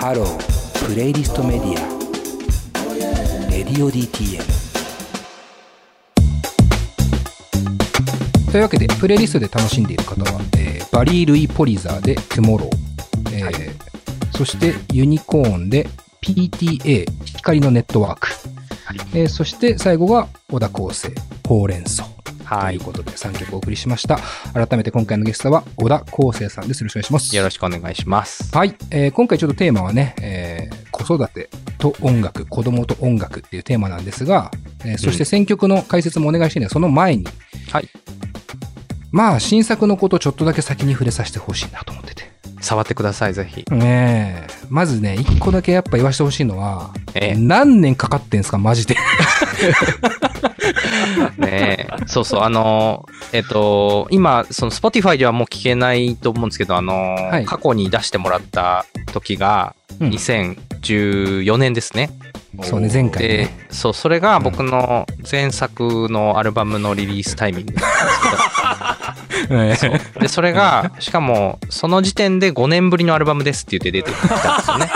ハロープレイリストメディアレディオ DTM。 というわけでプレイリストで楽しんでいる方は、バリー・ルイ・ポリザーでトゥモロー、そしてユニコーンで PTA 光のネットワーク、そして最後が小田康生ほうれん草ということで3曲お送りしました。改めて今回のゲストは小田康生さんです。よろしくお願いします。 よろしくお願いします。 はい、今回ちょっとテーマはね、子育てと音楽、子供と音楽っていうテーマなんですが、そして選曲の解説もお願いしてね、その前に、 はい、 まあ新作のことちょっとだけ先に触れさせてほしいなと思ってて。 触ってください、ぜひ。 ねえ、まずね、一個だけやっぱ言わせてほしいのは、何年かかってんすか、マジで。 ねえ、そうそう、今、その Spotify ではもう聞けないと思うんですけど、はい、過去に出してもらった時が、2014年ですね。 そうね、前回ね。 で、そう、それが僕の前作のアルバムのリリースタイミングなんですけど、で、それが、しかも、その時点で5年ぶりのアルバムですって言って出てきたんですよね。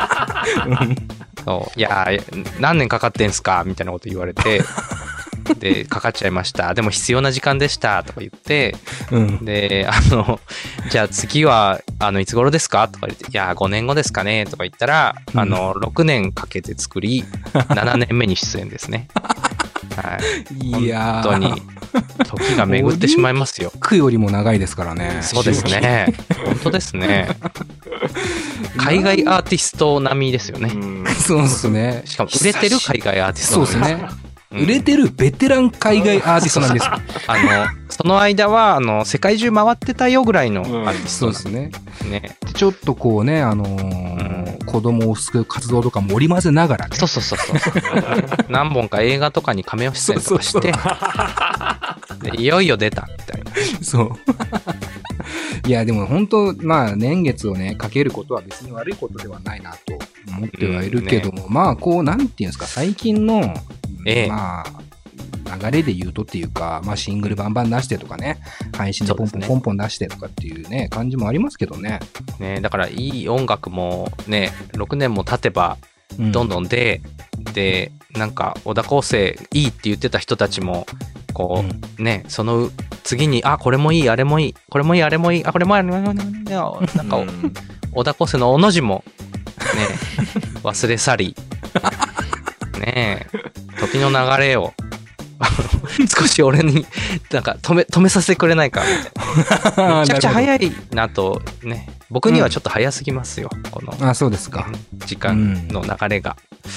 そう、いや、何年かかってんすかみたいなこと言われて、で、かかっちゃいました。でも必要な時間でしたとか言って、で、じゃあ次は、いつ頃ですかとか言って、いや、5年後ですかねとか言ったら、6年かけて作り、7年目に出演ですね。はい。いや本当に、時が巡ってしまいますよ。 区よりも長いですからね。 そうですね。本当ですね。海外アーティスト並みですよね。 そうですね。 しかも売れてる海外アーティストそうですね。売れてるベテラン海外アーティストなんですよ。 その間は世界中回ってたよぐらいのアーティストそうですね。ね、ちょっとこうね、子供を救う活動とかも織り交ぜながらね。 そう何本か映画とかにカメオ出演とかしてでいよいよ出たみたいな。 そう。いやでも本当まあ年月をねかけることは別に悪いことではないなと思ってはいるけども、まあこうなんていうんですか、最近のまあ流れで言うとっていうか、まあシングルバンバン出してとかね、配信でポンポンポンポン出してとかっていうね感じもありますけどね。 ね、だからいい音楽もね6年も経てばどんどんでなんか小田康生いいって言ってた人たちもこうね、その次にこれもいいあれもいいこれもいいあれもいいこれもいいなんか小田康生のおの字もね忘れ去りね時の流れを少し俺になんか止めさせてくれないかみたいな。めちゃくちゃ早いなとね、僕にはちょっと早すぎますよ、このそうですか、 時間の流れが。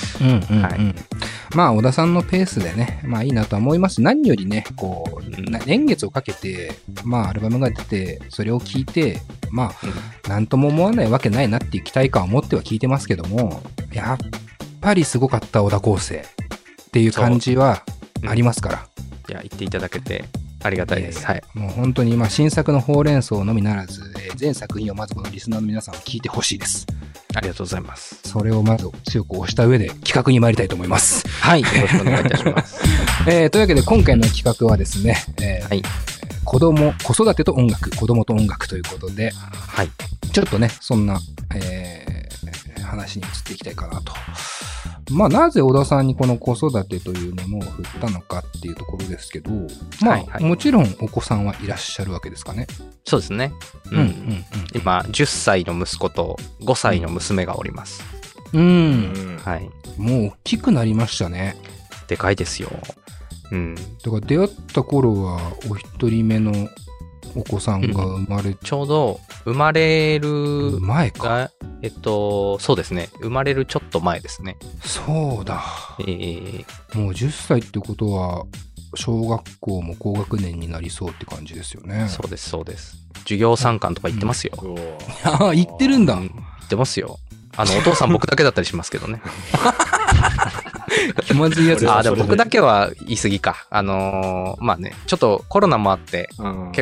まあ小田さんのペースでね、まあいいなとは思います。何よりね、こう年月をかけてまあアルバムが出てそれを聞いてまあ何とも思わないわけないなっていう期待感を持っては聞いてますけども、やっぱりすごかった小田康生っていう感じはありますから。 いや言っていただけてありがたいです。はい。 もう本当に今新作のほうれん草のみならず、全作品をまずこのリスナーの皆さんは聞いてほしいです。 ありがとうございます。それをまず強く押した上で企画に参りたいと思います。 はい。よろしくお願いいたします。 というわけで今回の企画はですね、 はい、 子育てと音楽、子供と音楽ということで、 はい、 ちょっとねそんな、話に移っていきたいかなと。まあなぜ小田さんにこの子育てというものを振ったのかっていうところですけど、まあ、もちろんお子さんはいらっしゃるわけですかね。 そうですね。今10歳の息子と5歳の娘がおります。 はい。もう大きくなりましたね。 でかいですよ。 だから出会った頃はお一人目のお子さんが生まれ、 ちょうど生まれる前か。 そうですね。生まれるちょっと前ですね。 そうだ。もう10歳ってことは小学校も高学年になりそうって感じですよね。 そうですそうです。授業参観とか行ってますよ。 行ってるんだ。 行ってますよ。お父さん僕だけだったりしますけどね。 気まずいやつ。 でも僕だけは言い過ぎか。まあね、ちょっとコロナもあって、結構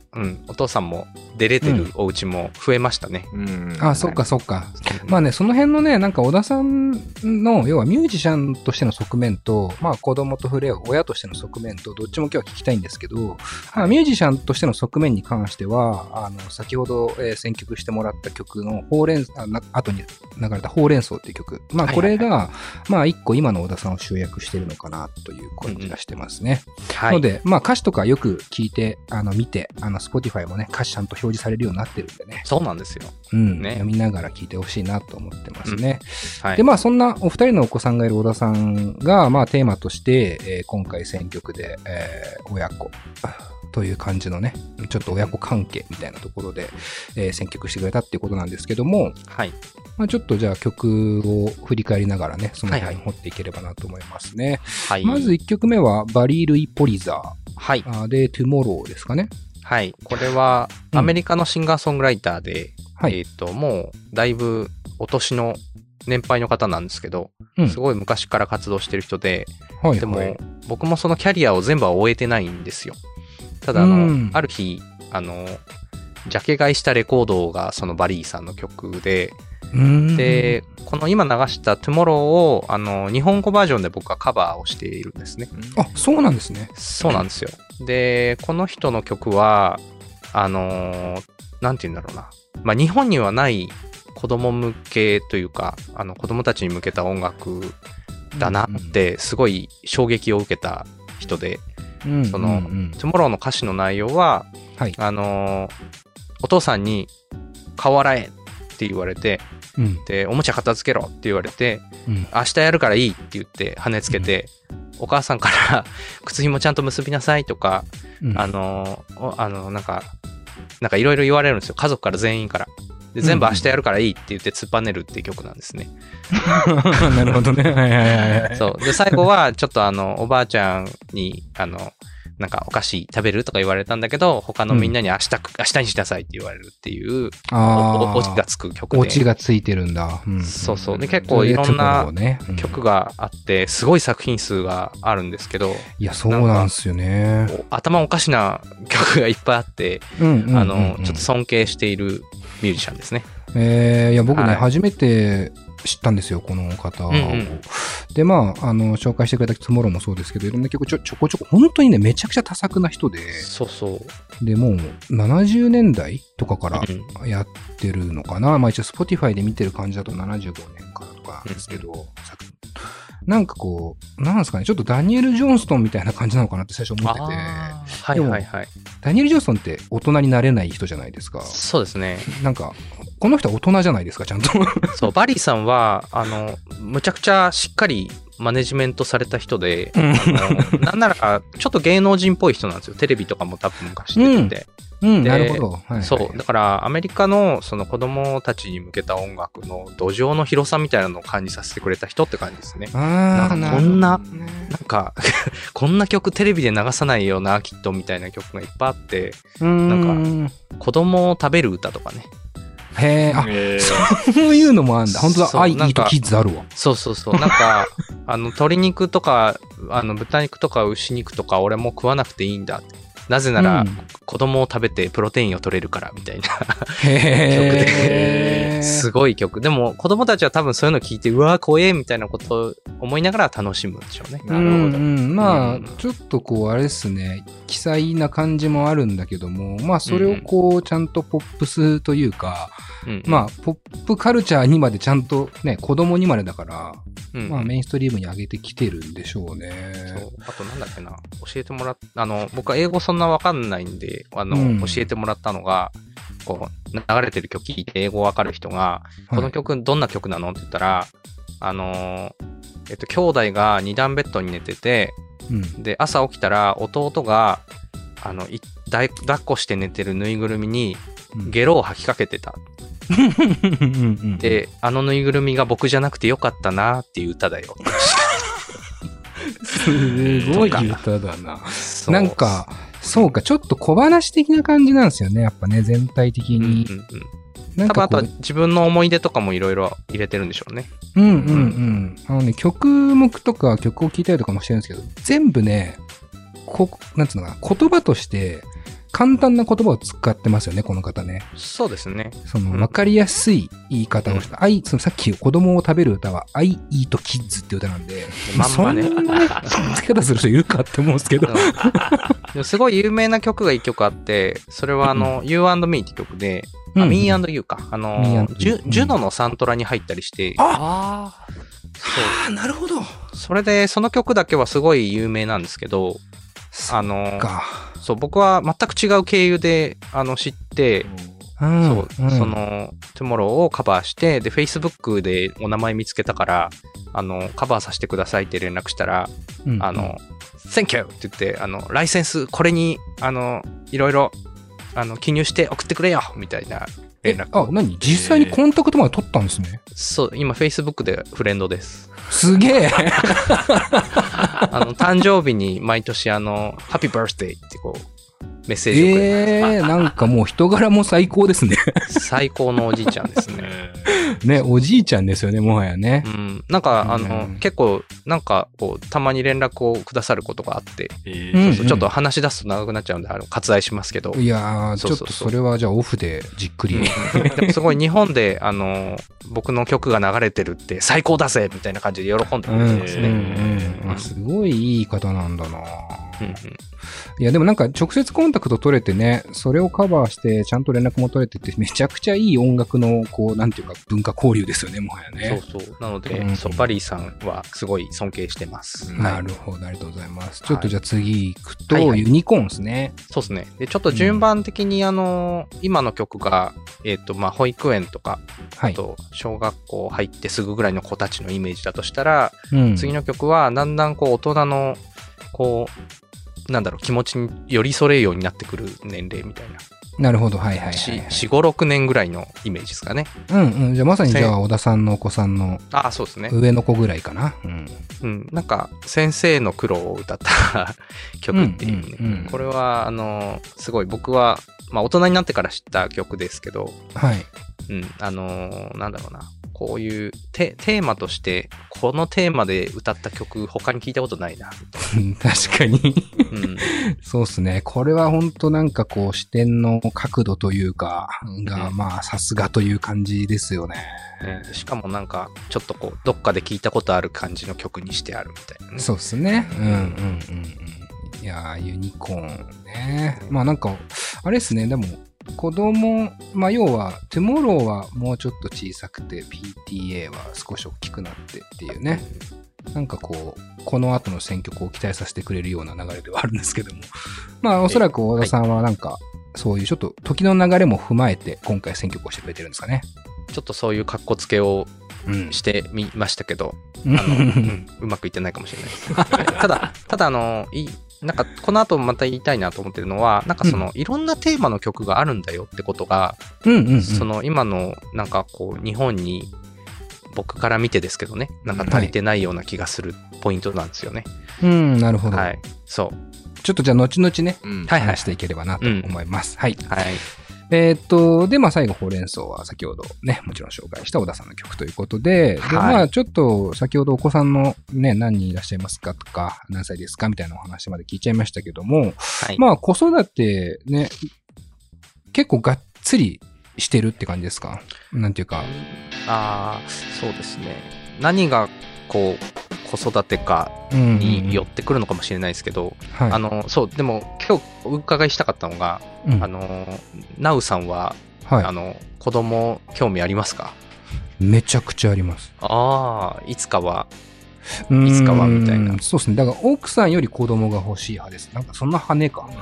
お父さんも出れてるお家も増えましたね。 あ、そっかそっか。まあね、その辺のね、なんか小田さんの、要はミュージシャンとしての側面と、まあ子供と触れ合う親としての側面と、どっちも今日は聞きたいんですけど、まあ、ミュージシャンとしての側面に関しては、先ほど、選曲してもらった曲の後に流れたほうれん草っていう曲。まあこれが、まあ一個今の小田さんを集約してるのかなという感じがしてますね。 はい。 ので、まあ歌詞とかよく聞いて、見て、Spotify もね、歌詞ちゃんと表示されるようになってるんでね。 そうなんですよ。 ね、読みながら聞いてほしいなと思ってますね。 はい。 で、まあそんなお二人のお子さんがいる小田さんが、まあテーマとして、今回選曲で、親子という感じのね、ちょっと親子関係みたいなところで、選曲してくれたっていうことなんですけども、 はい。 まあ、ちょっとじゃあ曲を振り返りながらね、その辺に掘っていければなと思いますね。 はい。 まず1曲目はバリー・ルイ・ポリザー。 はい。 で、トゥモローですかね。 はい。これはアメリカのシンガーソングライターで、 はい、 もうだいぶお年の年配の方なんですけど、すごい昔から活動してる人で、でも僕もそのキャリアを全部は終えてないんですよ。ただある日、ジャケ買いしたレコードがそのバリーさんの曲で、で、この今流したトゥモローを日本語バージョンで僕はカバーをしているんですね。 あ、そうなんですね。 そうなんですよ。で、この人の曲は、なんて言うんだろうな。まあ日本にはない子供向けというか、子供たちに向けた音楽だなってすごい衝撃を受けた人で、その、トゥモローの歌詞の内容は、はい、お父さんに顔洗えって言われて、で、おもちゃ片付けろって言われて、明日やるからいいって言って跳ねつけて、お母さんから靴紐ちゃんと結びなさいとか、なんかいろいろ言われるんですよ。家族から全員から。で、全部明日やるからいいって言って突っぱねるっていう曲なんですね。 なるほどね。はいはいはい。 そう。で、最後はちょっとおばあちゃんに、なんかお菓子食べるとか言われたんだけど、他のみんなに明日にしなさいって言われるっていう、オチがつく曲で。 オチがついてるんだ。 そうそう。で、結構いろんな曲があって、すごい作品数があるんですけど。 いや、そうなんですよね。 頭おかしな曲がいっぱいあって、ちょっと尊敬しているミュージシャンですね。 いや、僕ね、初めて知ったんですよ、この方を。で、まあ、紹介してくれたトゥモローもそうですけど、いろんな曲ちょこちょこ、本当にね、めちゃくちゃ多作な人で。 そうそう。 で、もう、70年代とかからやってるのかな。まあ、一応、Spotify で見てる感じだと75年からとかですけど、なんかこう、なんですかね、ちょっとダニエル・ジョンストンみたいな感じなのかなって最初思ってて。 はいはいはい。 ダニエル・ジョンストンって大人になれない人じゃないですか。 そうですね。 なんか、この人は大人じゃないですか、ちゃんと。 そう、バリーさんは、むちゃくちゃしっかりマネジメントされた人で、なんなら、ちょっと芸能人っぽい人なんですよ。テレビとかも多分昔出てて。 なるほど。はいはい、 そう。だから、アメリカのその子供たちに向けた音楽の土壌の広さみたいなのを感じさせてくれた人って感じですね。なんかこんな、なんか、こんな曲テレビで流さないよな、きっとみたいな曲がいっぱいあって、なんか、子供を食べる歌とかね。 へえ、そういうのもあるんだ。本当だ、I eat kids あるわ。 そうそうそう。なんか、鶏肉とか、豚肉とか牛肉とか俺も食わなくていいんだって。なぜなら、子供を食べてプロテインを取れるからみたいな曲で、すごい曲。でも子供たちは多分そういうの聞いて、うわー怖えみたいなことを思いながら楽しむんでしょうね。 なるほど。まあ、ちょっとこう、あれですね、奇彩な感じもあるんだけども、まあ、それをこう、ちゃんとポップスというか、まあ、ポップカルチャーにまでちゃんとね、子供にまでだから、まあ、メインストリームに上げてきてるんでしょうね。 そう。あとなんだっけな、教えてもらっ僕は英語そんなわかんないんで、教えてもらったのが、こう、流れてる曲聞いて英語わかる人が、この曲どんな曲なのって言ったら、兄弟が2段ベッドに寝てて、で、朝起きたら弟が、抱っこして寝てるぬいぐるみに、ゲロを吐きかけてた。で、ぬいぐるみが僕じゃなくてよかったなっていう歌だよ。 すごい歌だな。なんか、そうか、ちょっと小話的な感じなんですよね、やっぱね、全体的に。 多分あとは自分の思い出とかもいろいろ入れてるんでしょうね。 曲目とか曲を聴いたりとかもしてるんですけど、全部ね、なんつうのかな、言葉として、 簡単な言葉を使ってますよね、この方ね。 そうですね。 わかりやすい言い方をした。さっき子供を食べる歌は、I Eat Kids って歌なんで、 まんまね。 そんな付け方する人いるかって思うんですけど。 でもすごい有名な曲が一曲あって、それはYou and Me って曲で、Me and You か。ジュノのサントラに入ったりして。 ああ、なるほど。 それで、その曲だけはすごい有名なんですけど、そう、僕は全く違う経由で、知って、その、Tomorrow をカバーして、で、Facebook でお名前見つけたから、カバーさせてくださいって連絡したら、Thank you! って言って、ライセンス、これに、いろいろ、記入して送ってくれよみたいな連絡。 何実際にコンタクトまで取ったんですね。 そう、今 Facebook でフレンドです。 すげえ誕生日に毎年ハッピーバースデーってこう、メッセージをくれます。 なんかもう人柄も最高ですね。 最高のおじいちゃんですね。 ね、おじいちゃんですよね、もはやね。 なんか、結構、なんか、こう、たまに連絡をくださることがあって、ちょっと話し出すと長くなっちゃうんで、割愛しますけど。 いやー、ちょっとそれはじゃあオフでじっくり。 でもすごい日本で、僕の曲が流れてるって最高だぜみたいな感じで喜んでくれてますね。 すごいいい方なんだな。いやでもなんか直接コンタクト取れてね、それをカバーしてちゃんと連絡も取れてってめちゃくちゃいい音楽のこうなんていうか文化交流ですよね、もはやね。 そうそう。なので、バリーさんはすごい尊敬してます。 なるほど、ありがとうございます。ちょっとじゃあ次行くと、ユニコーンですね。 そうですね。で、ちょっと順番的に今の曲が、保育園とか、あと小学校入ってすぐぐらいの子たちのイメージだとしたら、次の曲はだんだんこう大人のこうなんだろう気持ちに寄り添えるようになってくる年齢みたいな。 なるほど、はいはいはい、はい。 4、5、6年ぐらいのイメージですかね。 じゃあまさにじゃあ小田さんのお子さんのそうですね。 上の子ぐらいかな。 なんか先生の苦労を歌った曲っていうね。これはすごい僕はまあ大人になってから知った曲ですけど、 はい。 なんだろうな。こういうテーマとしてこのテーマで歌った曲他に聞いたことないな。 確かに、そうですね。これは本当なんかこう視点の角度というかが、まあさすがという感じですよね。 しかもなんかちょっとこうどっかで聞いたことある感じの曲にしてあるみたいなね。 そうですね。いやーユニコーンね。まあなんかあれですね。でも子供、まあ要は、トゥモローはもうちょっと小さくて、PTA は少し大きくなってっていうね。なんかこう、この後の選曲を期待させてくれるような流れではあるんですけども。まあおそらく大田さんはなんか、そういうちょっと時の流れも踏まえて今回選曲をしてくれてるんですかね。 ちょっとそういう格好つけをしてみましたけど、うまくいってないかもしれないです。ただなんかこの後また言いたいなと思ってるのはなんかその、いろんなテーマの曲があるんだよってことが、その今のなんかこう日本に僕から見てですけどねなんか足りてないような気がするポイントなんですよね。 なるほど。 はい。そう。 ちょっとじゃあ後々ね、話していければなと思います。はい。 はい。 で、まあ最後、ほうれん草は先ほどね、もちろん紹介した小田さんの曲ということで、まあちょっと先ほどお子さんのね、何人いらっしゃいますかとか、何歳ですかみたいなお話まで聞いちゃいましたけども、まあ子育てね、結構がっつりしてるって感じですか？なんていうか。 そうですね。何がこう、子育てかに寄ってくるのかもしれないですけど、そう、でも今日お伺いしたかったのが、ナウさんは、子供興味ありますか？ めちゃくちゃあります。 いつかはみたいな。 そうですね。だから奥さんより子供が欲しい派です。なんかそんな派ねか。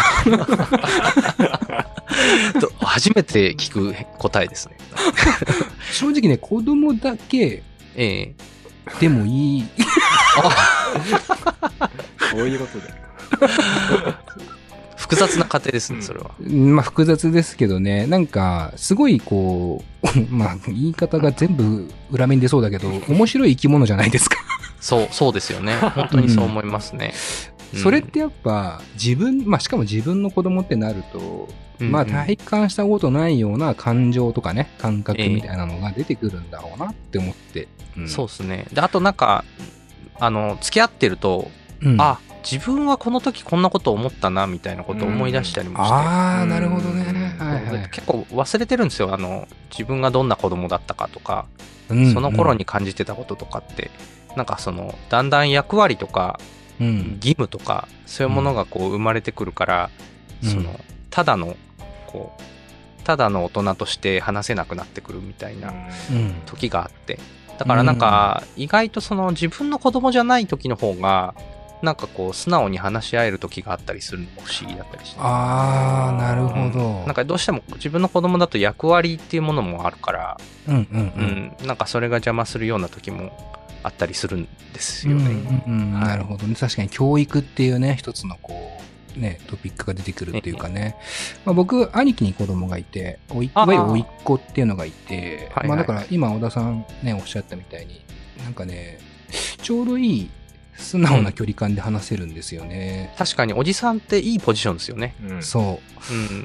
初めて聞く答えですね。 正直ね、子供だけ、でもいい。 そういうことだよ。 複雑な家庭ですね、それは。 まあ複雑ですけどね、なんかすごいこう、まあ言い方が全部裏面出そうだけど、面白い生き物じゃないですか。 そうですよね。本当にそう思いますね。 それってやっぱまあしかも自分の子供ってなると、まあ体感したことないような感情とかね、感覚みたいなのが出てくるんだろうなって思って。 そうですね。で、あとなんか、付き合ってると、 自分はこの時こんなこと思ったなみたいなことを思い出したりもして、 ああ、なるほどね。はいはい、 結構忘れてるんですよ。自分がどんな子供だったかとか、その頃に感じてたこととかって、なんかだんだん役割とか、義務とか、そういうものがこう生まれてくるから、ただの大人として話せなくなってくるみたいな時があって、だからなんか意外と自分の子供じゃない時の方がなんかこう素直に話し合える時があったりするのも不思議だったりして、 ああ、なるほど、 なんかどうしても自分の子供だと役割っていうものもあるから、なんかそれが邪魔するような時もあったりするんですよね。 なるほどね。確かに教育っていうね、一つのこうねトピックが出てくるっていうかね。まあ、僕兄貴に子供がいて、いわゆる甥っ子っていうのがいて、まあだから今小田さんねおっしゃったみたいに、なんかねちょうどいい素直な距離感で話せるんですよね。 確かにおじさんっていいポジションですよね。 そう。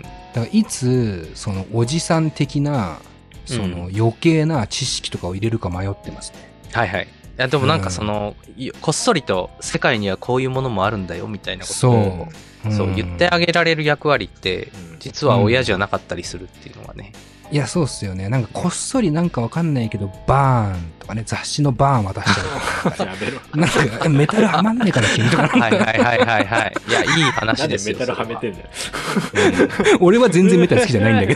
だからいつおじさん的な余計な知識とかを入れるか迷ってますね。 はいはい。いやでもなんかこっそりと世界にはこういうものもあるんだよみたいなことをそう言ってあげられる役割って実は親じゃなかったりするっていうのがね。 いやそうっすよね。なんかこっそりなんかわかんないけどバーンとかね、雑誌のバーン渡しちゃうとかなんかメタルはまんねえから君とかはいはいはいはいはい。いやいい話ですよ。 なんでメタルはめてんだよ。 俺は全然メタル好きじゃないんだけど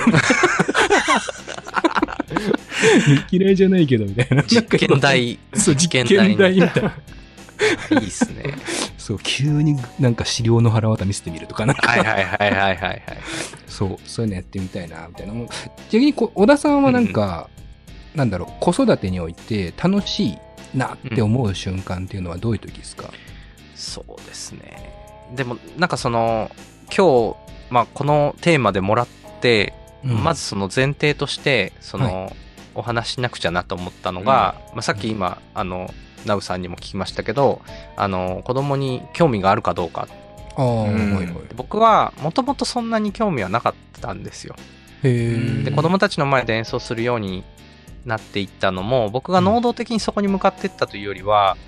嫌いじゃないけどみたいな。 実験台。 そう実験台みたいな。 いいっすね。 そう急になんか資料の腹渡見せてみるとかなんか。 はいはいはいはいはいはい。 そういうのやってみたいなみたいな。逆に小田さんはなんか、なんだろう、子育てにおいて楽しいなって思う瞬間っていうのはどういう時ですか？ そうですね。でもなんか今日、まあ、このテーマでもらって、まずその前提としてお話しなくちゃなと思ったのが、まあ、さっき今ナウさんにも聞きましたけど子供に興味があるかどうか。僕はもともとそんなに興味はなかったんですよ。で子供たちの前で演奏するようになっていったのも僕が能動的にそこに向かっていったというよりは、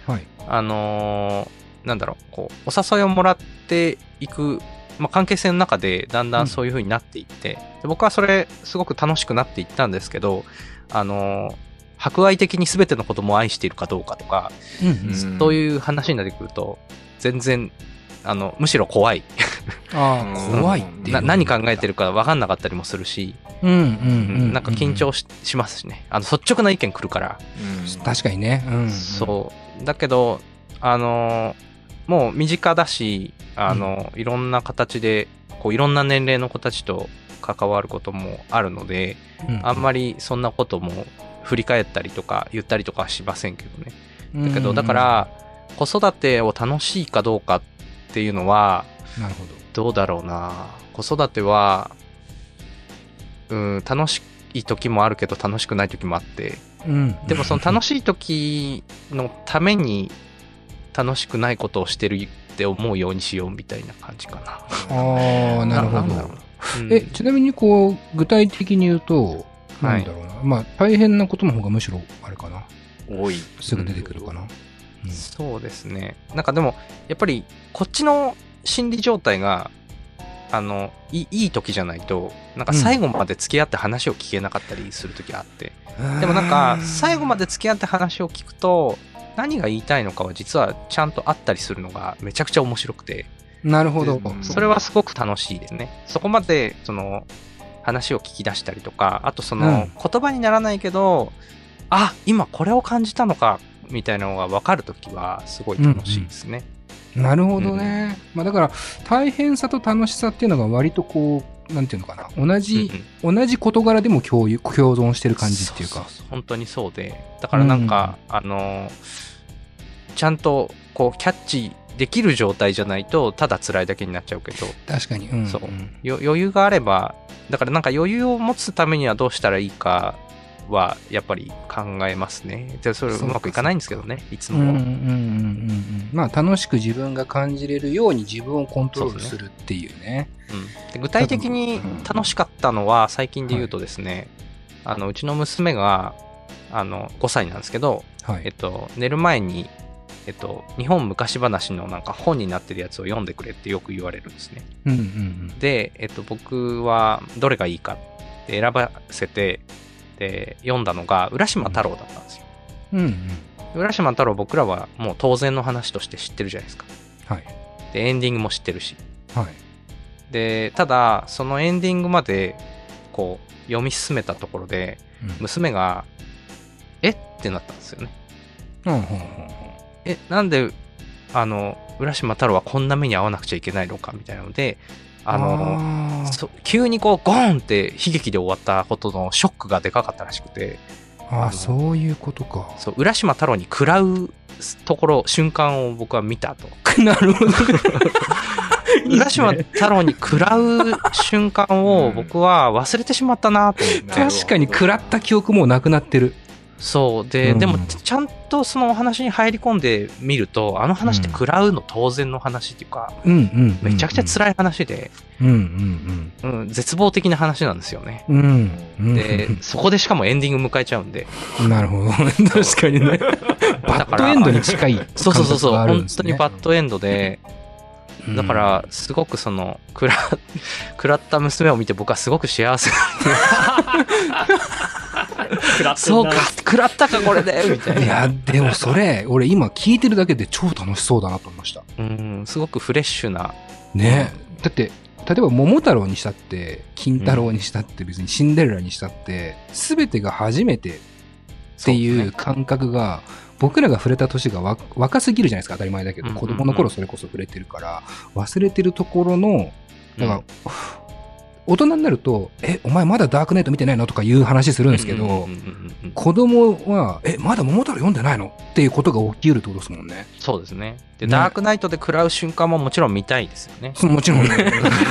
なんだろう、こうお誘いをもらっていく、まあ、関係性の中でだんだんそういう風になっていって、で僕はそれすごく楽しくなっていったんですけど、博愛的に全ての子供を愛しているかどうかとか、そういう話になってくると全然むしろ怖い怖いって何考えてるか分かんなかったりもするし、なんか緊張 しますしね、率直な意見来るから、 確かにね、 そうだけどもう身近だしいろんな形でこういろんな年齢の子たちと関わることもあるので、あんまりそんなことも振り返ったりとか言ったりとかはしませんけどね。だけどだから子育てを楽しいかどうかっていうのはどうだろうな。子育ては楽しい時もあるけど楽しくない時もあって、でもその楽しい時のために楽しくないことをしてるって思うようにしようみたいな感じかな。 なるほど。ちなみにこう具体的に言うとなんだろうな、まあ大変なことの方がむしろあれかな、 多い、 すぐ出てくるかな。 そうですね。なんかでもやっぱりこっちの心理状態がいい時じゃないとなんか最後まで付き合って話を聞けなかったりする時があって、でもなんか最後まで付き合って話を聞くと何が言いたいのかは実はちゃんとあったりするのがめちゃくちゃ面白くて。 なるほど。 それはすごく楽しいですね。そこまで話を聞き出したりとか、あと言葉にならないけど、あ、今これを感じたのかみたいなのが分かるときはすごい楽しいですね。 なるほどね。まあだから大変さと楽しさっていうのが割とこうなんていうのかな、同じ事柄でも共存してる感じっていうか。 そう本当にそうで、だからなんか、ちゃんとこうキャッチできる状態じゃないとただ辛いだけになっちゃうけど、 確かに、 そう余裕があれば、だからなんか余裕を持つためにはどうしたらいいかはやっぱり考えますね。でそれうまくいかないんですけどね、いつもは。 まあ楽しく自分が感じれるように自分をコントロールするっていうね。 で具体的に楽しかったのは最近で言うとですね、うちの娘が5歳なんですけど、寝る前に日本昔話のなんか本になってるやつを読んでくれってよく言われるんですね。で、僕はどれがいいかって選ばせて、で、読んだのが浦島太郎だったんですよ。浦島太郎僕らはもう当然の話として知ってるじゃないですか。 はい。 で、エンディングも知ってるし。 はい。 で、ただ、そのエンディングまで、こう、読み進めたところで、娘が、ってなったんですよね。なんで、浦島太郎はこんな目に遭わなくちゃいけないのかみたいなので、急にこう、ゴーンって悲劇で終わったことのショックがでかかったらしくて、 そういうことか。 そう、浦島太郎に食らう瞬間を僕は見たと。 なるほど。 浦島太郎に食らう瞬間を僕は忘れてしまったなと思って。 確かに食らった記憶もうなくなってる。 そうで、でもちゃんとそのお話に入り込んでみると、あの話って食らうの当然の話っていうか、めちゃくちゃ辛い話で、絶望的な話なんですよね。で、そこでしかもエンディング迎えちゃうんで。 なるほど。確かにね。バッドエンドに近い。 そう、本当にバッドエンドで、だからすごくその食らった娘を見て僕はすごく幸せそうか食らったかこれでみたいな。 いやでもそれ俺今聞いてるだけで超楽しそうだなと思いました。 すごくフレッシュなね。だって例えば桃太郎にしたって金太郎にしたって別にシンデレラにしたって全てが初めてっていう感覚が僕らが触れた年が若すぎるじゃないですか。当たり前だけど、子供の頃それこそ触れてるから忘れてるところのだから、大人になるとお前まだダークナイト見てないのとかいう話するんですけど、子供はまだ桃太郎読んでないのっていうことが起きるってことですもんね。 そうですね。で、ダークナイトで食らう瞬間ももちろん見たいですよね。 もちろんね。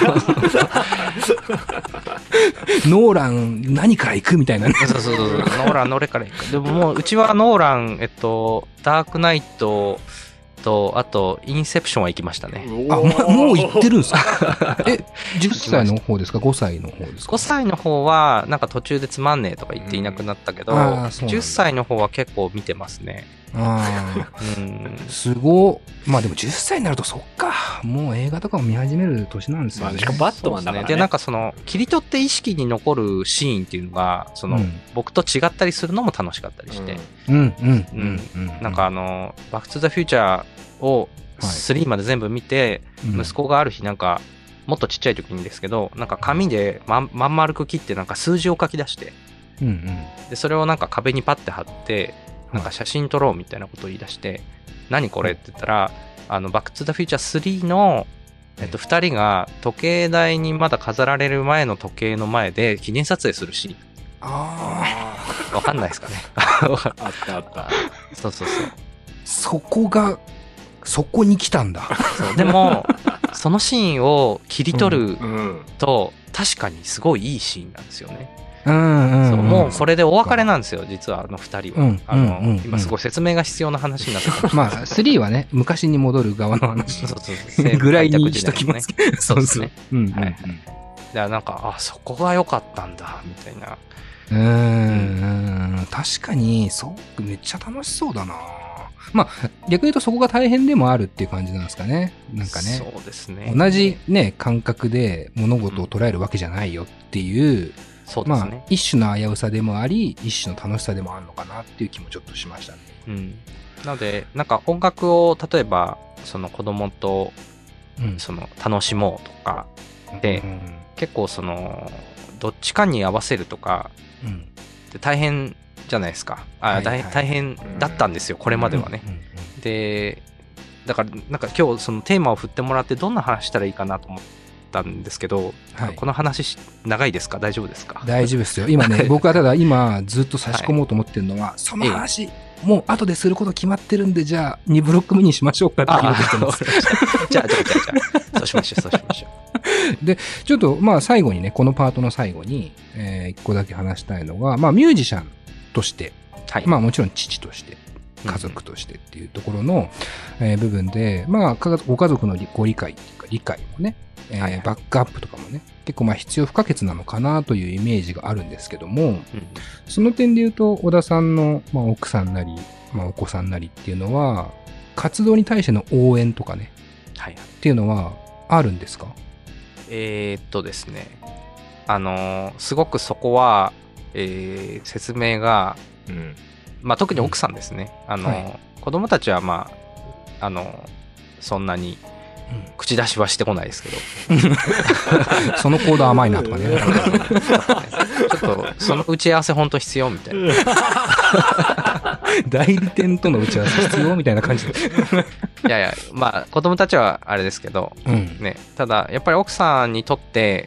ノーラン何から行くみたいなね。 そうノーランどれから行く。でももううちはノーランダークナイトとあとインセプションは行きましたね。 もう行ってるんですか。10歳の方ですか5歳の方ですか。 5歳の方はなんか途中でつまんねえとか言っていなくなったけど、10歳の方は結構見てますね。 すごい。まあでも10歳になるとそっか、もう映画とかも見始める年なんですよね。 しかもバットマンだからね。 でなんかその切り取って意識に残るシーンっていうのがその、僕と違ったりするのも楽しかったりして、なんかバック・トゥ・ザ・フューチャーを3まで全部見て、息子がある日なんかもっとちっちゃい時にですけど、なんか紙でまん丸く切ってなんか数字を書き出して、でそれをなんか壁にパッて貼ってなんか写真撮ろうみたいなことを言い出して、何これって言ったら、バック・トゥ・ザ・フューチャー3の、2人が時計台にまだ飾られる前の時計の前で記念撮影するシーン。わかんないですかね。 あったそうそこに来たんだ。 でもそのシーンを切り取ると、確かにすごいいいシーンなんですよね。もうこれでお別れなんですよ、実は2人は。今すごい説明が必要な話になってます。 まあ3はね、昔に戻る側の話ぐらいにしときます。 そうですね。だからなんかそこが良かったんだみたいな。 確かにめっちゃ楽しそうだな。まあ逆に言うとそこが大変でもあるっていう感じなんですかね。なんかね、 そうですね。 同じね感覚で物事を捉えるわけじゃないよっていう。 そうですね。 まあ一種の危うさでもあり一種の楽しさでもあるのかなっていう気もちょっとしましたね。 なのでなんか音楽を例えばその子供とその楽しもうとかで、結構そのどっちかに合わせるとかで大変じゃないですか。大変だったんですよこれまではね。でだからなんか今日そのテーマを振ってもらってどんな話したらいいかなと思ったんですけど、この話長いですか？大丈夫ですか？ 大丈夫ですよ。今ね僕はただ今ずっと差し込もうと思ってるのは、その話もう後ですること決まってるんで、じゃあ2ブロック目にしましょうかって言ってます。 じゃあそうしましょう。 でちょっとまあ最後にね、このパートの最後に1個だけ話したいのが、まあミュージシャンとして、まあもちろん父として家族としてっていうところの部分で、まあご家族のご理解っていうか理解もね、バックアップとかもね結構まあ必要不可欠なのかなというイメージがあるんですけども、その点で言うと小田さんのまあ奥さんなり、まあ、お子さんなりっていうのは活動に対しての応援とかね、 はいはい。 っていうのはあるんですか？ ですね、すごくそこは、説明が、まあ特に奥さんですね。子供たちはまあ、そんなに口出しはしてこないですけど。 その行動甘いなとかね。 ちょっと、その打ち合わせ本当必要みたいな。 代理店との打ち合わせ必要みたいな感じで。 いやいや、まあ子供たちはあれですけど、ね、ただやっぱり奥さんにとって、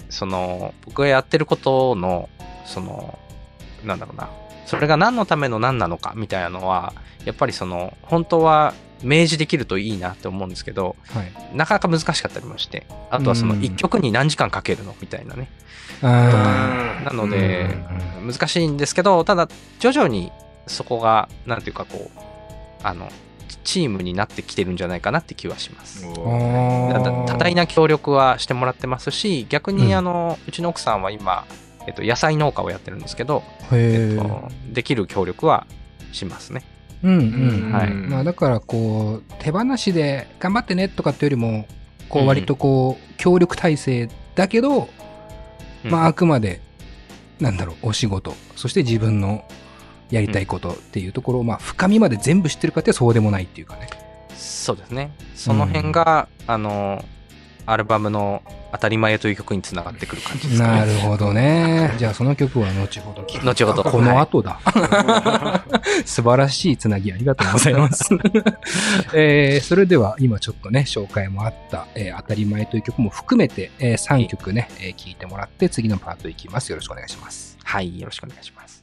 僕がやってることの、なんだろうな、それが何のための何なのかみたいなのは、やっぱり本当は明示できるといいなって思うんですけど、 はい、 なかなか難しかったりもして、あとは1曲に何時間かけるのみたいなね。なので、難しいんですけど、ただ徐々にそこが、なんていうかこう、チームになってきてるんじゃないかなって気はします。多大な協力はしてもらってますし、逆にうちの奥さんは今、野菜農家をやってるんですけど、できる協力はしますね。 まあだからこう手放しで頑張ってねとかっていうよりも、こう割とこう協力体制だけど、まああくまでなんだろう、お仕事、そして自分のやりたいことっていうところを、まあ深みまで全部知ってるかってそうでもないっていうかね。 そうですね。その辺が、アルバムの当たり前という曲につながってくる感じですかね。 なるほどね。じゃあその曲は後ほど聴く。 後ほど。 この後だ。素晴らしいつなぎありがとうございます。それでは今ちょっとね、紹介もあった、当たり前という曲も含めて、3曲ね、聴いてもらって次のパートいきます。よろしくお願いします。 はい、よろしくお願いします。